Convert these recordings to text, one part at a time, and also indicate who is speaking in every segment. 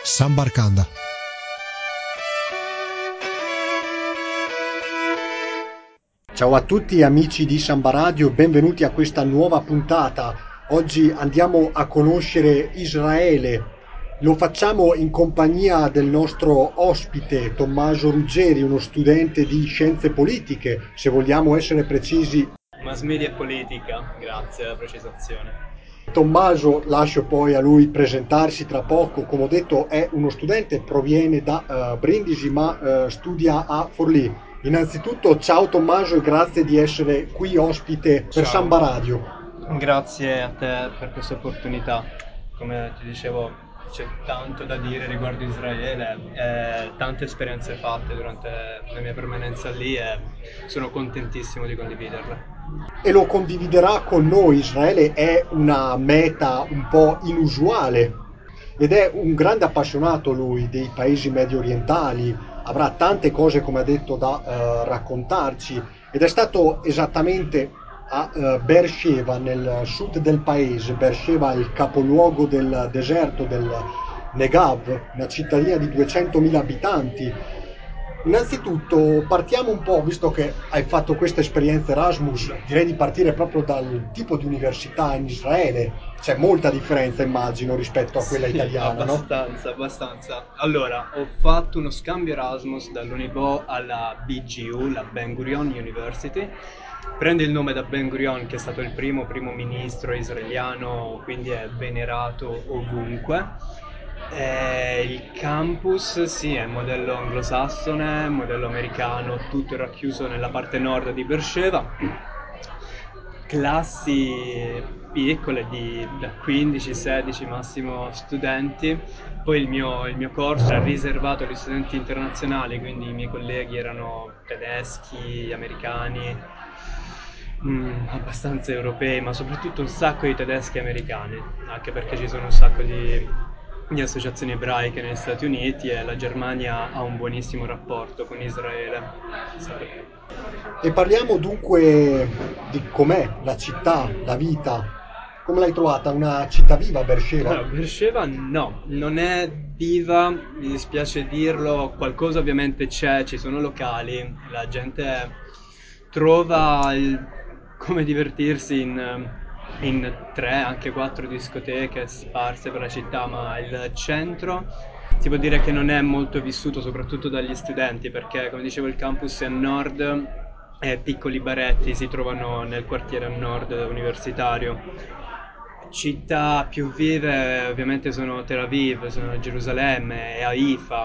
Speaker 1: Sambarcanda.
Speaker 2: Ciao a tutti amici di Samba Radio, benvenuti a questa nuova puntata. Oggi andiamo a conoscere Israele. Lo facciamo in compagnia del nostro ospite Tommaso Ruggeri, uno studente di scienze politiche, se vogliamo essere precisi.
Speaker 3: Mass media e politica, grazie alla precisazione.
Speaker 2: Tommaso, lascio poi a lui presentarsi tra poco. Come ho detto, è uno studente, proviene da Brindisi ma studia a Forlì. Innanzitutto ciao Tommaso e grazie di essere qui ospite per
Speaker 3: Ciao.
Speaker 2: Samba Radio.
Speaker 3: Grazie a te per questa opportunità. Come ti dicevo, c'è tanto da dire riguardo Israele, tante esperienze fatte durante la mia permanenza lì e sono contentissimo di condividerle.
Speaker 2: E lo condividerà con noi. Israele è una meta un po' inusuale ed è un grande appassionato lui dei paesi medio orientali, avrà tante cose come ha detto da raccontarci ed è stato esattamente a Beersheba nel sud del paese. Beersheba è il capoluogo del deserto del Negev, una cittadina di 200.000 abitanti. Innanzitutto partiamo un po', visto che hai fatto questa esperienza Erasmus, direi di partire proprio dal tipo di università in Israele. C'è molta differenza, immagino, rispetto a quella
Speaker 3: Sì,
Speaker 2: italiana, no?
Speaker 3: abbastanza. Allora, ho fatto uno scambio Erasmus dall'Unibo alla BGU, la Ben Gurion University. Prende il nome da Ben Gurion, che è stato il primo ministro israeliano, quindi è venerato ovunque. Il campus, sì, è modello anglosassone, modello americano, tutto racchiuso nella parte nord di Beersheba. Classi piccole da 15-16 massimo studenti. Poi il mio corso era riservato agli studenti internazionali, quindi i miei colleghi erano tedeschi, americani, abbastanza europei, ma soprattutto un sacco di tedeschi e americani, anche perché ci sono un sacco di associazioni ebraiche negli Stati Uniti e la Germania ha un buonissimo rapporto con Israele.
Speaker 2: E parliamo dunque di com'è la città, la vita. Come l'hai trovata? Una città viva,
Speaker 3: Allora,
Speaker 2: Beersheba?
Speaker 3: Beersheba no, non è viva, mi dispiace dirlo, qualcosa ovviamente c'è, ci sono locali, la gente trova come divertirsi in 3, anche 4 discoteche sparse per la città, ma il centro si può dire che non è molto vissuto, soprattutto dagli studenti, perché come dicevo il campus è a nord e piccoli baretti si trovano nel quartiere a nord universitario. Città più vive ovviamente sono Tel Aviv, sono Gerusalemme e Haifa.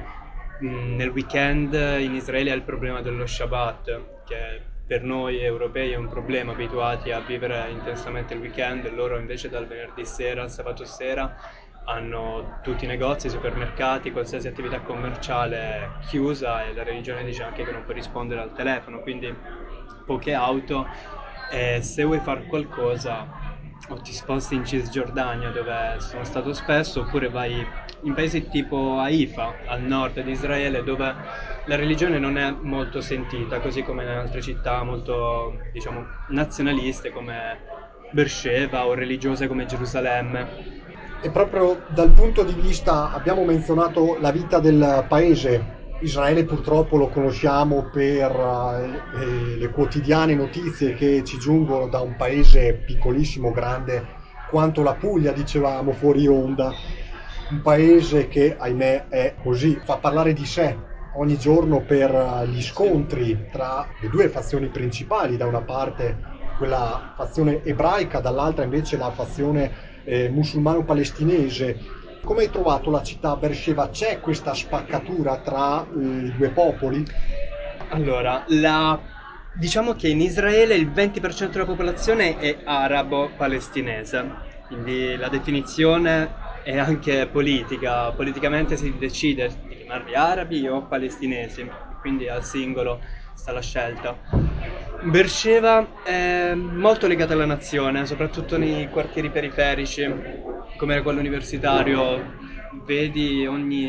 Speaker 3: Nel weekend in Israele è il problema dello Shabbat, che per noi europei è un problema, abituati a vivere intensamente il weekend. Loro invece dal venerdì sera al sabato sera hanno tutti i negozi, i supermercati, qualsiasi attività commerciale chiusa, e la religione dice anche che non puoi rispondere al telefono, quindi poche auto. E se vuoi fare qualcosa o ti sposti in Cisgiordania, dove sono stato spesso, oppure vai in paesi tipo Haifa, al nord di Israele, dove la religione non è molto sentita, così come in altre città molto, diciamo, nazionaliste come Beersheba o religiose come Gerusalemme.
Speaker 2: E proprio dal punto di vista, abbiamo menzionato la vita del paese. Israele purtroppo lo conosciamo per le quotidiane notizie che ci giungono da un paese piccolissimo, grande quanto la Puglia, dicevamo fuori onda. Un paese che, ahimè, è così, fa parlare di sé ogni giorno per gli scontri tra le due fazioni principali, da una parte quella fazione ebraica, dall'altra invece la fazione musulmano-palestinese. Come hai trovato la città Beersheba? C'è questa spaccatura tra i due popoli?
Speaker 3: Allora, diciamo che in Israele il 20% della popolazione è arabo-palestinese, quindi la definizione è anche politica. Politicamente si decide di chiamarli arabi o palestinesi, quindi al singolo sta la scelta. Beersheba è molto legata alla nazione, soprattutto nei quartieri periferici, come era quello universitario. Vedi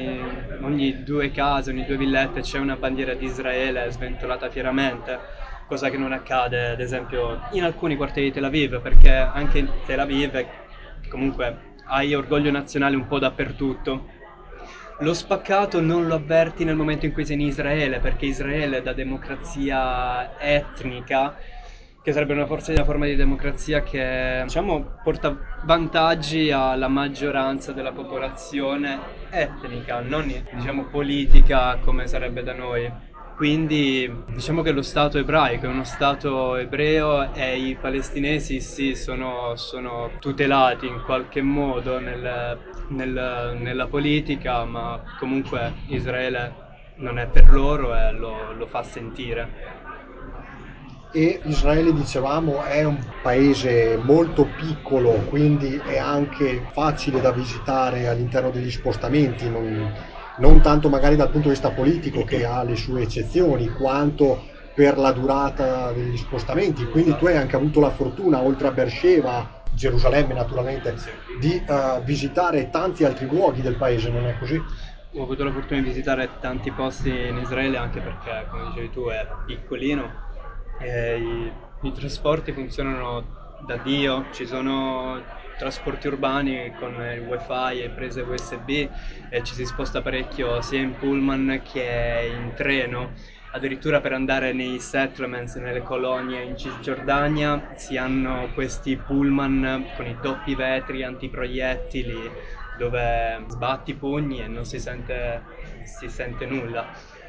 Speaker 3: ogni due case, ogni due villette c'è una bandiera di Israele sventolata fieramente, cosa che non accade ad esempio in alcuni quartieri di Tel Aviv, perché anche in Tel Aviv comunque hai orgoglio nazionale un po' dappertutto. lo spaccato non lo avverti nel momento in cui sei in Israele, perché Israele da democrazia etnica, che sarebbe una forma di democrazia che, diciamo, porta vantaggi alla maggioranza della popolazione etnica, non, diciamo, politica come sarebbe da noi. Quindi diciamo che lo Stato ebraico è uno Stato ebreo e i palestinesi sì, sono tutelati in qualche modo nella politica, ma comunque Israele non è per loro e lo fa sentire.
Speaker 2: E Israele, dicevamo, è un paese molto piccolo, quindi è anche facile da visitare all'interno degli spostamenti, non tanto magari dal punto di vista politico che ha le sue eccezioni, quanto per la durata degli spostamenti. Quindi tu hai anche avuto la fortuna, oltre a Beersheba, Gerusalemme naturalmente,
Speaker 3: Sì.
Speaker 2: di visitare tanti altri luoghi del paese, non è così?
Speaker 3: Ho avuto la fortuna di visitare tanti posti in Israele anche perché, come dicevi tu, è piccolino e i trasporti funzionano da Dio, ci sono trasporti urbani con il wifi e prese USB e ci si sposta parecchio sia in pullman che in treno. Addirittura per andare nei settlements, nelle colonie in Cisgiordania, si hanno questi pullman con i doppi vetri antiproiettili dove sbatti i pugni e non si sente nulla.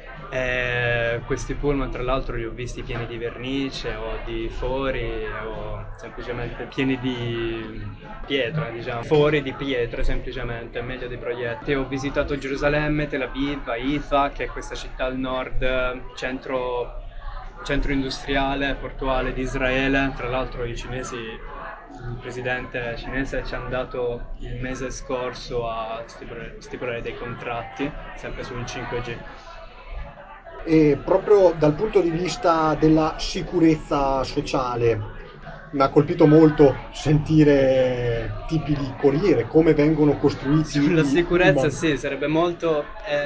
Speaker 3: E questi pullman, tra l'altro, li ho visti pieni di vernice o di fori o semplicemente pieni di pietre, diciamo. Fori di pietre, semplicemente, meglio di proiettili. Ho visitato Gerusalemme, Tel Aviv, Haifa, che è questa città al nord, centro industriale, portuale di Israele. Tra l'altro il presidente cinese ci ha dato il mese scorso a stipulare dei contratti, sempre sul 5G.
Speaker 2: E proprio dal punto di vista della sicurezza sociale, mi ha colpito molto sentire tipi di corriere, come vengono costruiti
Speaker 3: Sulla
Speaker 2: i
Speaker 3: sicurezza
Speaker 2: pullman.
Speaker 3: sì, sarebbe molto...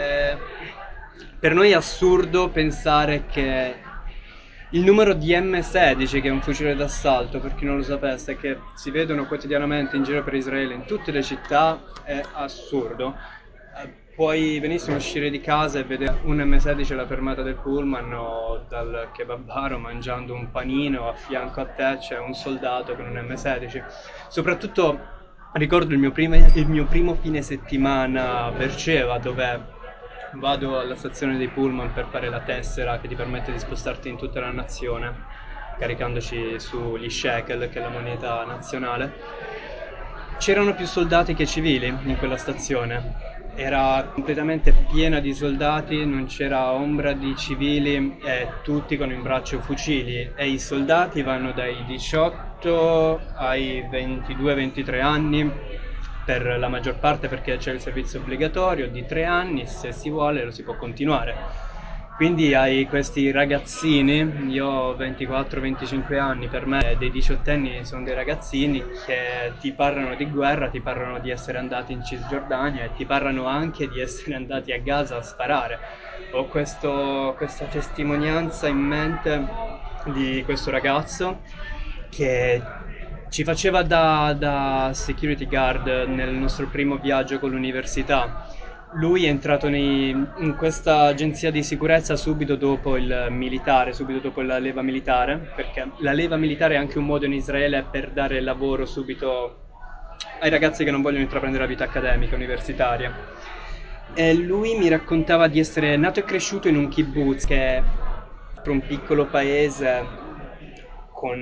Speaker 3: per noi è assurdo pensare che il numero di M16, che è un fucile d'assalto, per chi non lo sapesse, che si vedono quotidianamente in giro per Israele in tutte le città, è assurdo. Puoi benissimo uscire di casa e vedere un M16 alla fermata del pullman o dal kebabaro mangiando un panino, a fianco a te c'è un soldato con un M16. Soprattutto ricordo il mio primo fine settimana a Berceva, dove vado alla stazione dei pullman per fare la tessera che ti permette di spostarti in tutta la nazione, caricandoci sugli shekel, che è la moneta nazionale. C'erano più soldati che civili in quella stazione. Era completamente piena di soldati, non c'era ombra di civili e tutti con in braccio fucili. E i soldati vanno dai 18 ai 22-23 anni, per la maggior parte perché c'è il servizio obbligatorio di 3 anni, se si vuole lo si può continuare. Quindi hai questi ragazzini, io ho 24-25 anni, per me dei diciottenni sono dei ragazzini che ti parlano di guerra, ti parlano di essere andati in Cisgiordania e ti parlano anche di essere andati a Gaza a sparare. Ho questa testimonianza in mente di questo ragazzo che ci faceva da security guard nel nostro primo viaggio con l'università. Lui è entrato in questa agenzia di sicurezza subito dopo il militare, subito dopo la leva militare, perché la leva militare è anche un modo in Israele per dare lavoro subito ai ragazzi che non vogliono intraprendere la vita accademica, universitaria. E lui mi raccontava di essere nato e cresciuto in un kibbutz, che è un piccolo paese con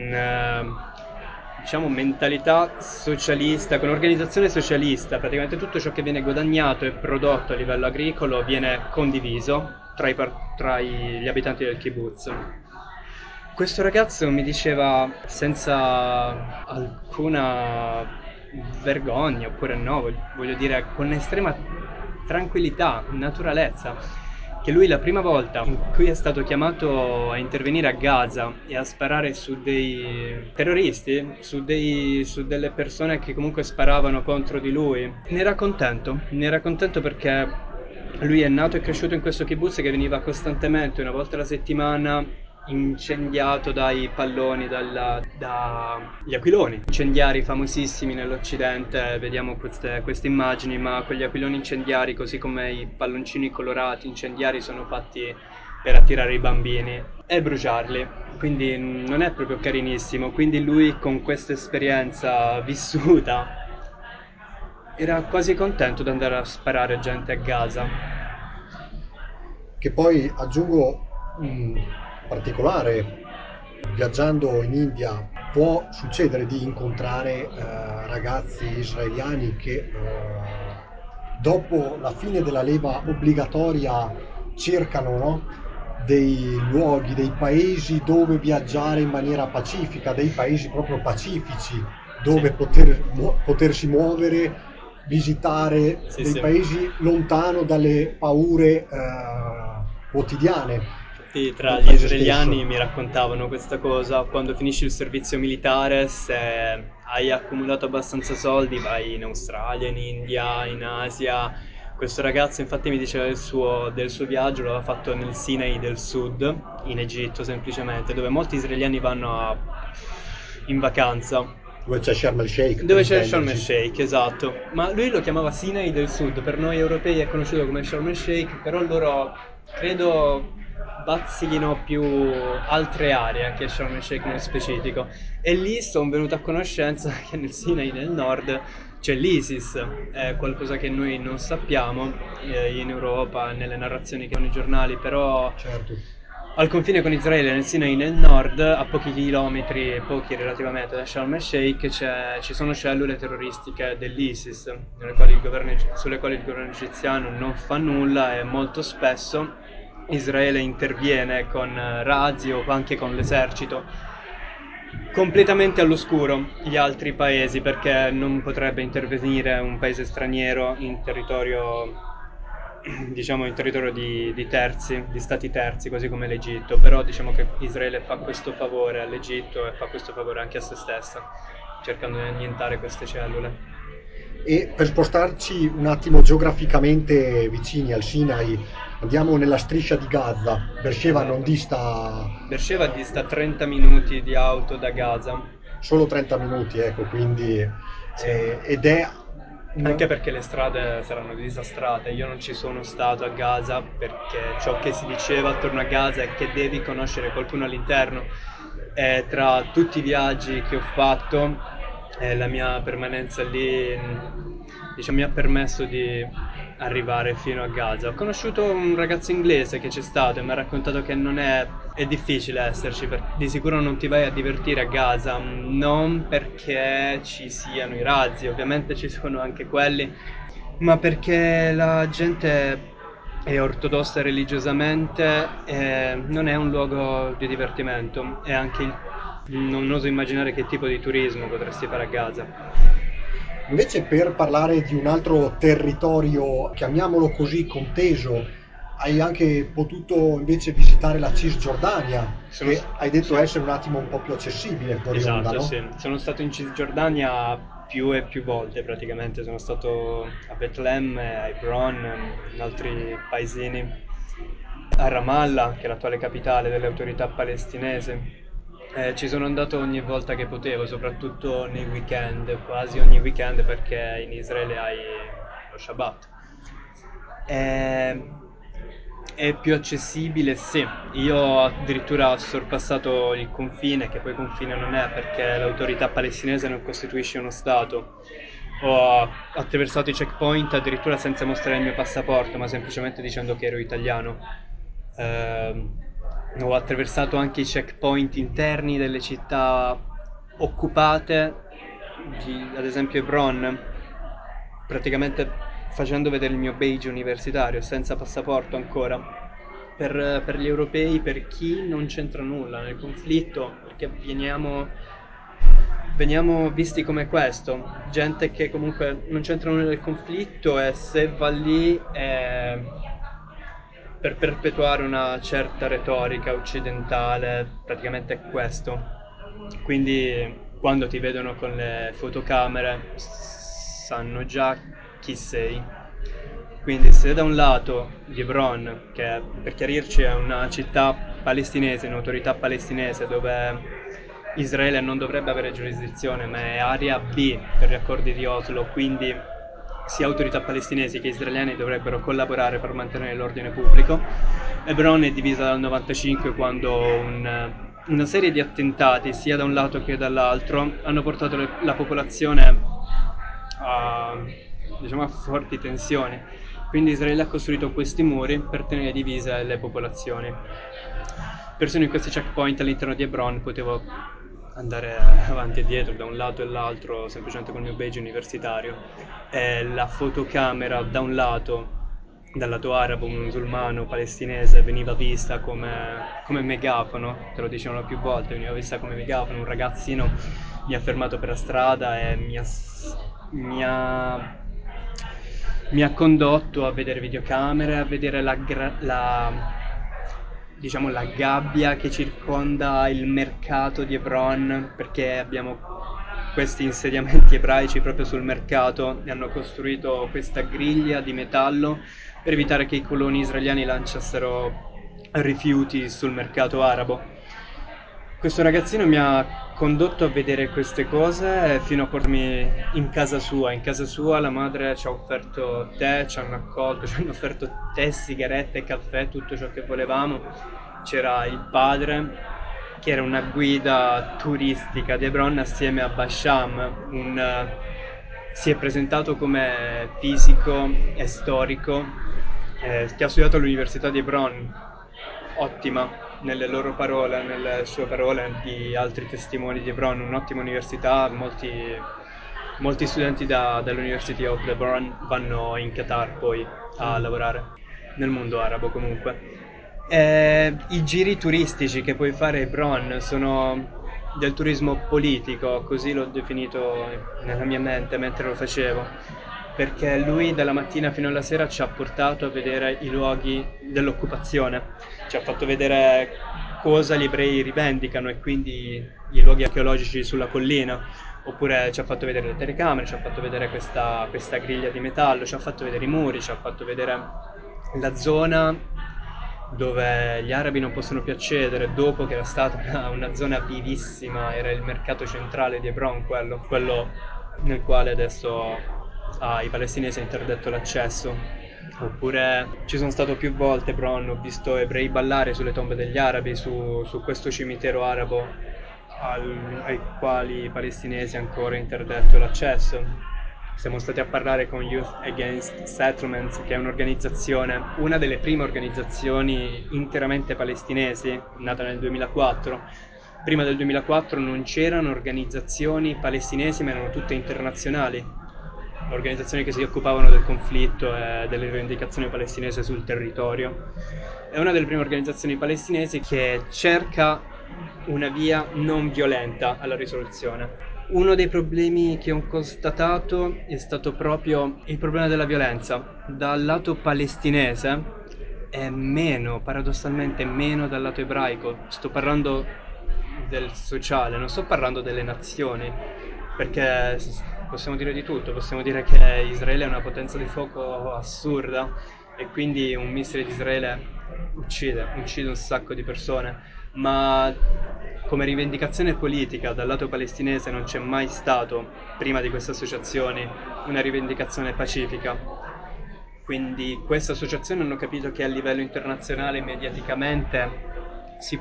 Speaker 3: diciamo mentalità socialista, con organizzazione socialista. Praticamente tutto ciò che viene guadagnato e prodotto a livello agricolo viene condiviso tra gli abitanti del kibbutz. Questo ragazzo mi diceva senza alcuna vergogna, oppure no, voglio dire con estrema tranquillità, naturalezza, che lui la prima volta in cui è stato chiamato a intervenire a Gaza e a sparare su dei terroristi, su delle persone che comunque sparavano contro di lui, ne era contento perché lui è nato e cresciuto in questo kibbutz che veniva costantemente, una volta alla settimana, incendiato dai palloni, dagli aquiloni. Incendiari famosissimi nell'Occidente, vediamo queste immagini, ma quegli aquiloni incendiari, così come i palloncini colorati incendiari, sono fatti per attirare i bambini e bruciarli. Quindi non è proprio carinissimo. Quindi lui, con questa esperienza vissuta, era quasi contento di andare a sparare gente a Gaza.
Speaker 2: Che poi aggiungo un particolare: viaggiando in India può succedere di incontrare ragazzi israeliani che dopo la fine della leva obbligatoria cercano, no, dei luoghi, dei paesi dove viaggiare in maniera pacifica, dei paesi proprio pacifici
Speaker 3: Sì.
Speaker 2: dove potersi muovere, visitare
Speaker 3: Sì,
Speaker 2: dei
Speaker 3: sì.
Speaker 2: paesi lontano dalle paure quotidiane
Speaker 3: Infatti, tra
Speaker 2: del
Speaker 3: gli
Speaker 2: paese stesso.
Speaker 3: israeliani mi raccontavano questa cosa: quando finisci il servizio militare, se hai accumulato abbastanza soldi, vai in Australia, in India, in Asia. Questo ragazzo infatti mi diceva del suo viaggio, l'aveva fatto nel Sinai del Sud, in Egitto semplicemente, dove molti israeliani vanno in vacanza.
Speaker 2: Dove c'è Sharm el Sheikh, per
Speaker 3: Dove c'è Sharm el
Speaker 2: intenderci.
Speaker 3: Sheikh, esatto. Ma lui lo chiamava Sinai del Sud, per noi europei è conosciuto come Sharm el Sheikh, però loro credo bazzino più altre aree che Sharm el Sheikh nello specifico. E lì sono venuto a conoscenza che nel Sinai del nord c'è l'ISIS, è qualcosa che noi non sappiamo in Europa, nelle narrazioni che hanno i giornali, però
Speaker 2: Certo.
Speaker 3: al confine con Israele, nel Sinai nel nord, a pochi chilometri, pochi relativamente da Sharm el Sheikh, ci sono cellule terroristiche dell'ISIS, sulle quali il governo egiziano non fa nulla, e molto spesso Israele interviene con razzi o anche con l'esercito completamente all'oscuro gli altri paesi, perché non potrebbe intervenire un paese straniero in territorio, diciamo, in territorio di terzi, di stati terzi, così come l'Egitto. Però diciamo che Israele fa questo favore all'Egitto e fa questo favore anche a se stessa, cercando di annientare queste cellule.
Speaker 2: E per spostarci un attimo geograficamente vicini al Sinai, andiamo nella striscia di Gaza. Beersheba non
Speaker 3: Esatto.
Speaker 2: dista
Speaker 3: Beersheba dista 30 minuti di auto da Gaza.
Speaker 2: solo 30 minuti, ecco, quindi
Speaker 3: Sì.
Speaker 2: ed è
Speaker 3: Anche
Speaker 2: un-
Speaker 3: perché le strade saranno disastrate. Io non ci sono stato a Gaza, perché ciò che si diceva attorno a Gaza è che devi conoscere qualcuno all'interno. E tra tutti i viaggi che ho fatto, la mia permanenza lì, diciamo, mi ha permesso di arrivare fino a Gaza. Ho conosciuto un ragazzo inglese che c'è stato e mi ha raccontato che non è difficile esserci, di sicuro non ti vai a divertire a Gaza, non perché ci siano i razzi, ovviamente ci sono anche quelli, ma perché la gente è ortodossa religiosamente e non è un luogo di divertimento. E anche non oso immaginare che tipo di turismo potresti fare a Gaza.
Speaker 2: Invece, per parlare di un altro territorio, chiamiamolo così, conteso, hai anche potuto invece visitare la Cisgiordania,
Speaker 3: Sono,
Speaker 2: che hai detto
Speaker 3: sì.
Speaker 2: essere un attimo un po' più accessibile fuori onda,
Speaker 3: Esatto,
Speaker 2: no?
Speaker 3: sì. Sono stato in Cisgiordania più e più volte praticamente. Sono stato a Betlemme, a Hebron, in altri paesini, a Ramallah, che è l'attuale capitale delle autorità palestinesi. Ci sono andato ogni volta che potevo, soprattutto nei weekend, quasi ogni weekend, perché in Israele hai lo Shabbat. È più accessibile, sì. Io addirittura ho sorpassato il confine, che poi confine non è, perché l'autorità palestinese non costituisce uno Stato. Ho attraversato i checkpoint addirittura senza mostrare il mio passaporto, ma semplicemente dicendo che ero italiano. Ho attraversato anche i checkpoint interni delle città occupate, ad esempio Hebron, praticamente facendo vedere il mio badge universitario senza passaporto ancora. Per gli europei, per chi non c'entra nulla nel conflitto, perché veniamo visti come questo, gente che comunque non c'entra nulla nel conflitto, e se va lì è per perpetuare una certa retorica occidentale, praticamente è questo. Quindi quando ti vedono con le fotocamere sanno già chi sei. Quindi se da un lato Hebron, che per chiarirci è una città palestinese, un'autorità palestinese dove Israele non dovrebbe avere giurisdizione, ma è area B per gli accordi di Oslo, quindi sia autorità palestinesi che israeliani dovrebbero collaborare per mantenere l'ordine pubblico. Hebron è divisa dal 95 quando una serie di attentati, sia da un lato che dall'altro, hanno portato la popolazione a, diciamo, a forti tensioni. Quindi Israele ha costruito questi muri per tenere divise le popolazioni. Persino in questi checkpoint all'interno di Hebron potevo andare avanti e dietro da un lato e l'altro semplicemente con il mio badge universitario, e la fotocamera da un lato, dal lato arabo, musulmano, palestinese, veniva vista come megafono, te lo dicevano più volte, veniva vista come megafono. Un ragazzino mi ha fermato per la strada e mi ha, mi ha condotto a vedere videocamere, a vedere diciamo, la gabbia che circonda il mercato di Hebron, perché abbiamo questi insediamenti ebraici proprio sul mercato e hanno costruito questa griglia di metallo per evitare che i coloni israeliani lanciassero rifiuti sul mercato arabo. Questo ragazzino mi ha condotto a vedere queste cose fino a portarmi in casa sua. In casa sua la madre ci ha offerto tè, ci hanno accolto, ci hanno offerto tè, sigarette, caffè, tutto ciò che volevamo. C'era il padre, che era una guida turistica di Hebron assieme a Basham, si è presentato come fisico e storico, che ha studiato all'Università di Hebron, ottima nelle loro parole, nelle sue parole di altri testimoni di Hebron, un'ottima università. Molti studenti dall'University of Hebron vanno in Qatar poi a lavorare, nel mondo arabo comunque. I giri turistici che puoi fare a Hebron sono del turismo politico, così l'ho definito nella mia mente mentre lo facevo, perché lui dalla mattina fino alla sera ci ha portato a vedere i luoghi dell'occupazione, ci ha fatto vedere cosa gli ebrei rivendicano e quindi i luoghi archeologici sulla collina, oppure ci ha fatto vedere le telecamere, ci ha fatto vedere questa griglia di metallo, ci ha fatto vedere i muri, ci ha fatto vedere la zona dove gli arabi non possono più accedere dopo che era stata una zona vivissima, era il mercato centrale di Hebron, quello nel quale adesso ai palestinesi è interdetto l'accesso. Oppure ci sono stato più volte a Hebron, ho visto ebrei ballare sulle tombe degli arabi, su questo cimitero arabo ai quali i palestinesi ancora interdetto l'accesso. Siamo stati a parlare con Youth Against Settlements, che è un'organizzazione, una delle prime organizzazioni interamente palestinesi, nata nel 2004. Prima del 2004 non c'erano organizzazioni palestinesi, ma erano tutte internazionali. Organizzazioni che si occupavano del conflitto e delle rivendicazioni palestinesi sul territorio. È una delle prime organizzazioni palestinesi che cerca una via non violenta alla risoluzione. Uno dei problemi che ho constatato è stato proprio il problema della violenza. Dal lato palestinese è meno, paradossalmente meno dal lato ebraico. Sto parlando del sociale, non sto parlando delle nazioni, perché possiamo dire di tutto, possiamo dire che Israele è una potenza di fuoco assurda e quindi un missile di Israele uccide un sacco di persone, ma come rivendicazione politica dal lato palestinese non c'è mai stato, prima di queste associazioni, una rivendicazione pacifica. Quindi queste associazioni hanno capito che a livello internazionale, mediaticamente, si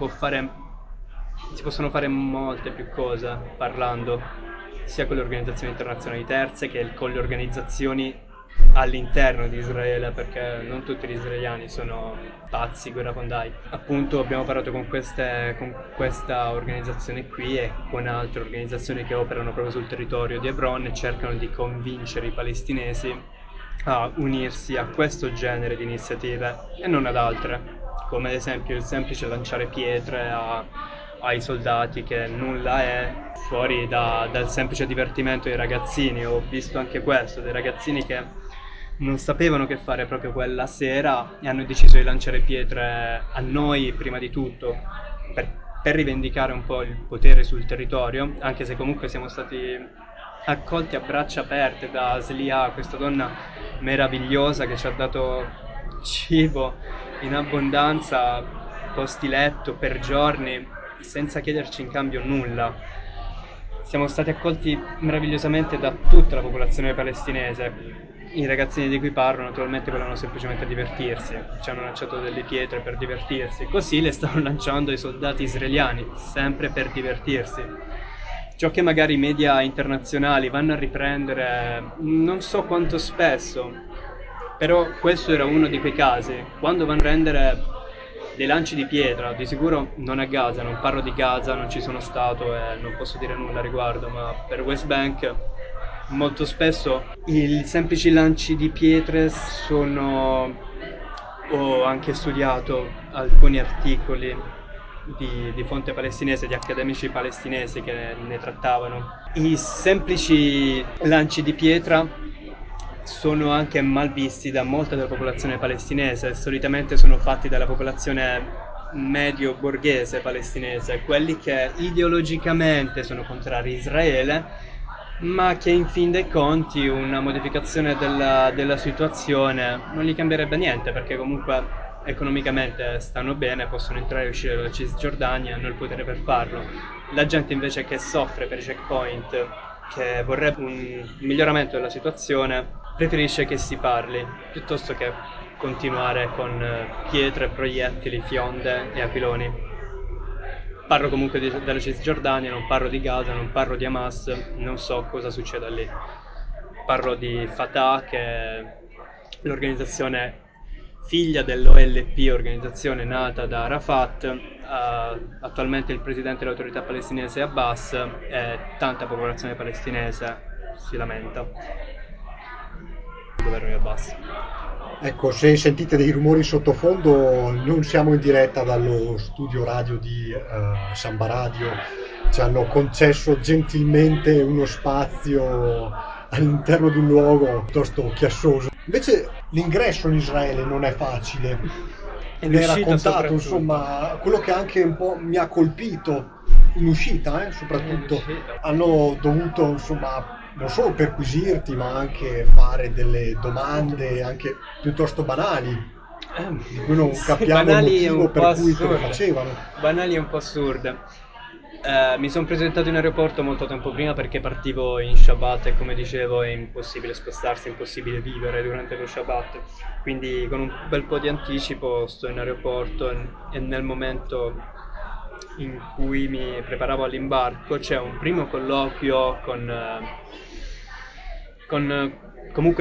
Speaker 3: possono fare molte più cose parlando, sia con le organizzazioni internazionali terze che con le organizzazioni all'interno di Israele, perché non tutti gli israeliani sono pazzi, guerrafondai. Appunto abbiamo parlato con questa organizzazione qui e con altre organizzazioni che operano proprio sul territorio di Hebron e cercano di convincere i palestinesi a unirsi a questo genere di iniziative e non ad altre, come ad esempio il semplice lanciare pietre ai soldati, che nulla è fuori dal semplice divertimento dei ragazzini. Ho visto anche questo, dei ragazzini che non sapevano che fare proprio quella sera e hanno deciso di lanciare pietre a noi prima di tutto per rivendicare un po' il potere sul territorio, anche se comunque siamo stati accolti a braccia aperte da Slia, questa donna meravigliosa che ci ha dato cibo in abbondanza, posti letto per giorni senza chiederci in cambio nulla. Siamo stati accolti meravigliosamente da tutta la popolazione palestinese. I ragazzini di cui parlo naturalmente volevano semplicemente divertirsi, ci hanno lanciato delle pietre per divertirsi, così le stanno lanciando i soldati israeliani, sempre per divertirsi. Ciò che magari i media internazionali vanno a riprendere non so quanto spesso, però questo era uno di quei casi, quando vanno a prendere dei lanci di pietra, di sicuro non a Gaza, non parlo di Gaza, non ci sono stato e non posso dire nulla a riguardo, ma per West Bank molto spesso i semplici lanci di pietre sono... Ho anche studiato alcuni articoli di fonte palestinese, di accademici palestinesi che ne trattavano. I semplici lanci di pietra sono anche mal visti da molta della popolazione palestinese, solitamente sono fatti dalla popolazione medio borghese palestinese, quelli che ideologicamente sono contrari a Israele, ma che in fin dei conti una modificazione della situazione non gli cambierebbe niente, perché comunque economicamente stanno bene, possono entrare e uscire dalla Cisgiordania, hanno il potere per farlo. La gente invece che soffre per i checkpoint, che vorrebbe un miglioramento della situazione, preferisce che si parli piuttosto che continuare con pietre, proiettili, fionde e aquiloni. Parlo comunque della Cisgiordania, non parlo di Gaza, non parlo di Hamas, non so cosa succeda lì. Parlo di Fatah, che è l'organizzazione figlia dell'OLP, organizzazione nata da Arafat. Attualmente il presidente dell'autorità palestinese è Abbas e tanta popolazione palestinese si lamenta. Il governo di Abbas.
Speaker 2: Ecco, se sentite dei rumori sottofondo, non siamo in diretta dallo studio radio di Samba Radio, ci hanno concesso gentilmente uno spazio all'interno di un luogo piuttosto chiassoso. Invece l'ingresso in Israele non è facile.
Speaker 3: E
Speaker 2: Mi hai
Speaker 3: l'uscita
Speaker 2: raccontato,
Speaker 3: soprattutto.
Speaker 2: insomma, quello che anche un po' mi ha colpito in uscita, soprattutto.
Speaker 3: L'uscita.
Speaker 2: Hanno dovuto, insomma, non solo perquisirti, ma anche fare delle domande anche piuttosto banali, di cui non
Speaker 3: Sì,
Speaker 2: capiamo il
Speaker 3: banali e
Speaker 2: motivo
Speaker 3: un po'
Speaker 2: per cui te le
Speaker 3: assurde.
Speaker 2: facevano.
Speaker 3: Banali e un po' assurde. Mi sono presentato in aeroporto molto tempo prima perché partivo in Shabbat e come dicevo è impossibile spostarsi, è impossibile vivere durante lo Shabbat. Quindi con un bel po' di anticipo sto in aeroporto e nel momento in cui mi preparavo all'imbarco c'è un primo colloquio con comunque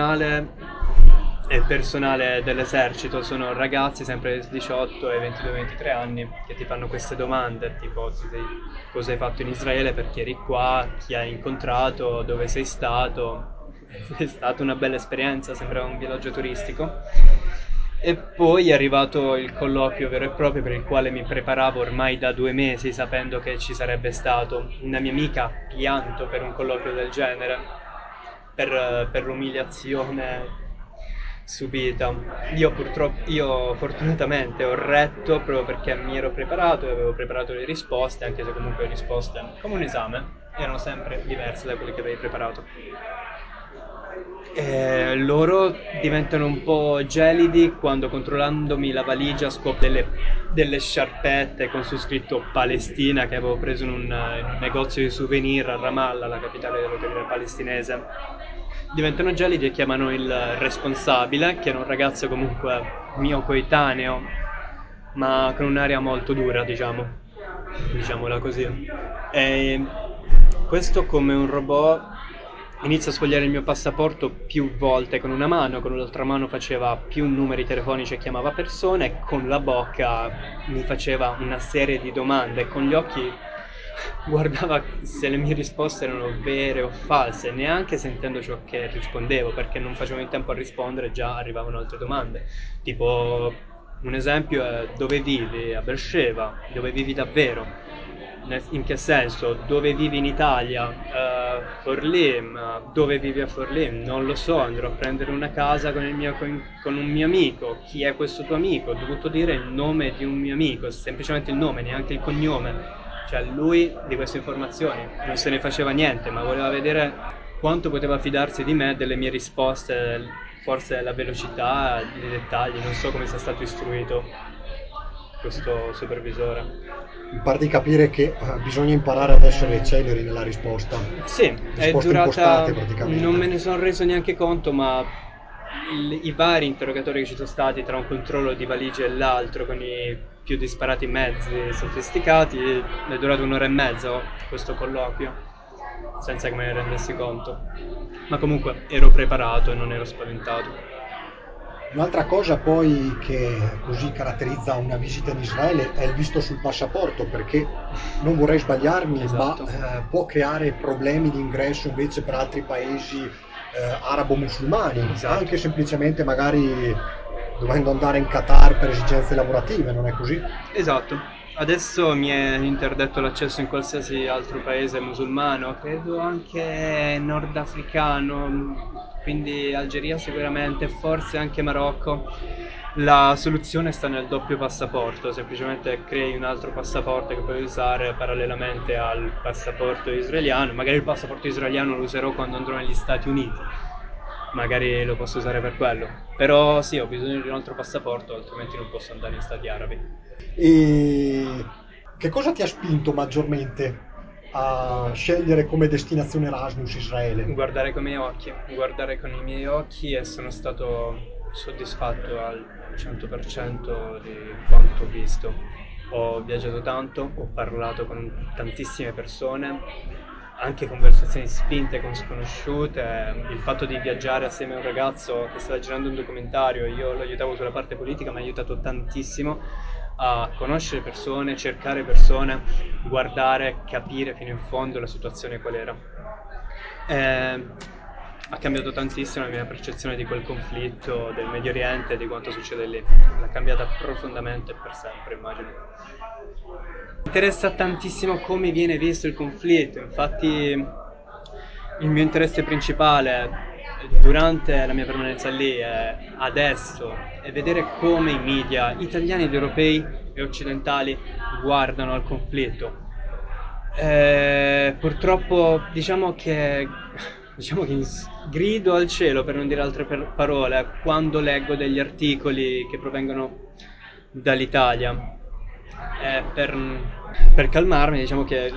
Speaker 3: personale dell'esercito, sono ragazzi sempre dai 18 ai 22-23 anni che ti fanno queste domande, tipo cosa hai fatto in Israele, perché eri qua, chi hai incontrato, dove sei stato. È stata una bella esperienza, sembrava un viaggio turistico. E poi è arrivato il colloquio vero e proprio per il quale mi preparavo ormai da 2 mesi, sapendo che ci sarebbe stato. Una mia amica ha pianto per un colloquio del genere, per l'umiliazione subita. Io fortunatamente ho retto proprio perché mi ero preparato e avevo preparato le risposte, anche se comunque le risposte, come un esame, erano sempre diverse da quelle che avevi preparato. E loro diventano un po' gelidi quando controllandomi la valigia scopro delle sciarpette con su scritto Palestina che avevo preso in un negozio di souvenir a Ramallah, la capitale dell'autorità palestinese. Diventano gelidi e chiamano il responsabile, che era un ragazzo comunque mio coetaneo, ma con un'aria molto dura, diciamola così. E questo come un robot inizia a sfogliare il mio passaporto più volte con una mano, con l'altra mano faceva più numeri telefonici e chiamava persone, e con la bocca mi faceva una serie di domande, e con gli occhi guardava se le mie risposte erano vere o false, neanche sentendo ciò che rispondevo, perché non facevo in tempo a rispondere, già arrivavano altre domande. Tipo, un esempio è dove vivi? A Beersheba. Dove vivi davvero? In che senso? Dove vivi in Italia? Forlì. Ma dove vivi a Forlì? Non lo so, andrò a prendere una casa con un mio amico. Chi è questo tuo amico? Ho dovuto dire il nome di un mio amico, semplicemente il nome, neanche il cognome. Cioè lui di queste informazioni non se ne faceva niente, ma voleva vedere quanto poteva fidarsi di me, delle mie risposte, forse la velocità, i dettagli, non so come sia stato istruito. questo supervisore.
Speaker 2: Mi pare di capire che bisogna imparare ad essere celeri nella risposta.
Speaker 3: Sì, è
Speaker 2: Risposte
Speaker 3: durata,
Speaker 2: impostate praticamente.
Speaker 3: non me ne sono reso neanche conto, ma i vari interrogatori che ci sono stati tra un controllo di valigie e l'altro, con i più disparati mezzi sofisticati, è durato 1 ora e mezza questo colloquio, senza che me ne rendessi conto. Ma comunque ero preparato e non ero spaventato.
Speaker 2: Un'altra cosa poi che così caratterizza una visita in Israele è il visto sul passaporto, perché non vorrei sbagliarmi,
Speaker 3: Esatto.
Speaker 2: ma può creare problemi di ingresso invece per altri paesi arabo-musulmani,
Speaker 3: Esatto.
Speaker 2: anche semplicemente magari dovendo andare in Qatar per esigenze lavorative, non è così?
Speaker 3: Esatto. Adesso mi è interdetto l'accesso in qualsiasi altro paese musulmano, credo anche nordafricano, quindi Algeria sicuramente, forse anche Marocco. La soluzione sta nel doppio passaporto, semplicemente crei un altro passaporto che puoi usare parallelamente al passaporto israeliano. Magari il passaporto israeliano lo userò quando andrò negli Stati Uniti, magari lo posso usare per quello. Però sì, ho bisogno di un altro passaporto, altrimenti non posso andare in Stati Arabi.
Speaker 2: E che cosa ti ha spinto maggiormente a scegliere come destinazione Erasmus Israele?
Speaker 3: Guardare con i miei occhi e sono stato soddisfatto al 100% di quanto ho visto. Ho viaggiato tanto, ho parlato con tantissime persone, anche conversazioni spinte con sconosciute. Il fatto di viaggiare assieme a un ragazzo che stava girando un documentario, io lo aiutavo sulla parte politica, mi ha aiutato tantissimo a conoscere persone, cercare persone, guardare, capire fino in fondo la situazione qual era. Ha cambiato tantissimo la mia percezione di quel conflitto del Medio Oriente e di quanto succede lì. L'ha cambiata profondamente e per sempre, immagino. Mi interessa tantissimo come viene visto il conflitto, infatti il mio interesse principale durante la mia permanenza lì e adesso è vedere come i media italiani ed europei e occidentali guardano al conflitto. Purtroppo diciamo che grido al cielo, per non dire altre parole, quando leggo degli articoli che provengono dall'Italia. Per calmarmi, diciamo che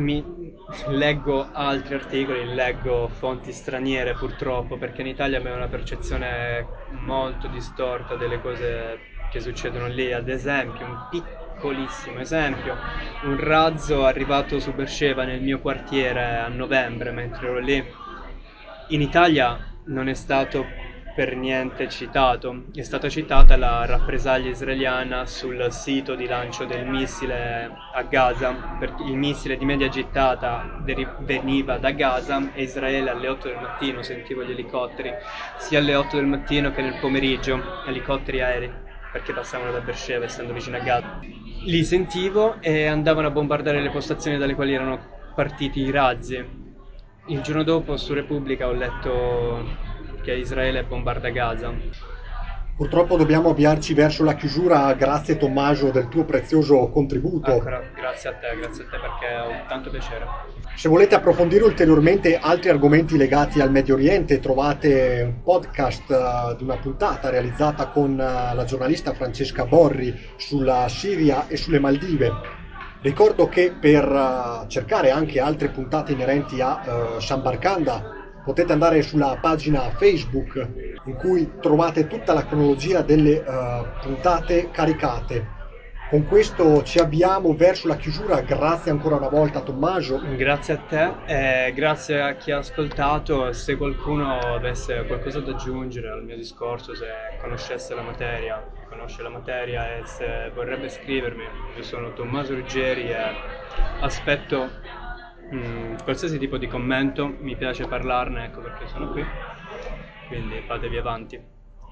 Speaker 3: leggo altri articoli, leggo fonti straniere purtroppo, perché in Italia abbiamo una percezione molto distorta delle cose che succedono lì. Ad esempio, un piccolissimo esempio, un razzo arrivato su Beersheba nel mio quartiere a novembre, mentre ero lì, in Italia non è stato per niente citato. È stata citata la rappresaglia israeliana sul sito di lancio del missile a Gaza, perché il missile di media gittata veniva da Gaza e Israele alle 8 del mattino, sentivo gli elicotteri, sia alle 8 del mattino che nel pomeriggio, elicotteri aerei, perché passavano da Beersheba essendo vicino a Gaza. Li sentivo e andavano a bombardare le postazioni dalle quali erano partiti i razzi. Il giorno dopo su Repubblica ho letto che Israele bombarda Gaza.
Speaker 2: Purtroppo dobbiamo avviarci verso la chiusura, grazie Tommaso del tuo prezioso contributo.
Speaker 3: Ancora grazie a te perché ho tanto piacere.
Speaker 2: Se volete approfondire ulteriormente altri argomenti legati al Medio Oriente, trovate un podcast di una puntata realizzata con la giornalista Francesca Borri sulla Siria e sulle Maldive. Ricordo che per cercare anche altre puntate inerenti a Sambarcanda potete andare sulla pagina Facebook in cui trovate tutta la cronologia delle puntate caricate. Con questo ci avviamo verso la chiusura, grazie ancora una volta Tommaso.
Speaker 3: Grazie a te e grazie a chi ha ascoltato. Se qualcuno avesse qualcosa da aggiungere al mio discorso, se conoscesse la materia, conosce la materia e se vorrebbe scrivermi, io sono Tommaso Ruggeri e aspetto qualsiasi tipo di commento, mi piace parlarne, ecco perché sono qui, quindi fatevi avanti.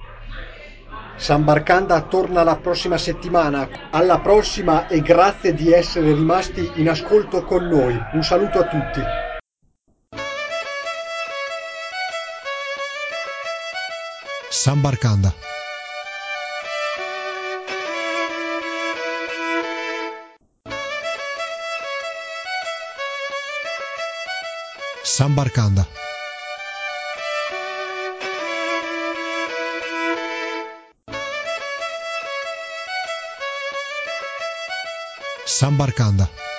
Speaker 2: Sambarcanda torna la prossima settimana. Alla prossima e grazie di essere rimasti in ascolto con noi. Un saluto a tutti.
Speaker 1: Sambarcanda. Sambarcanda. Sambarcanda.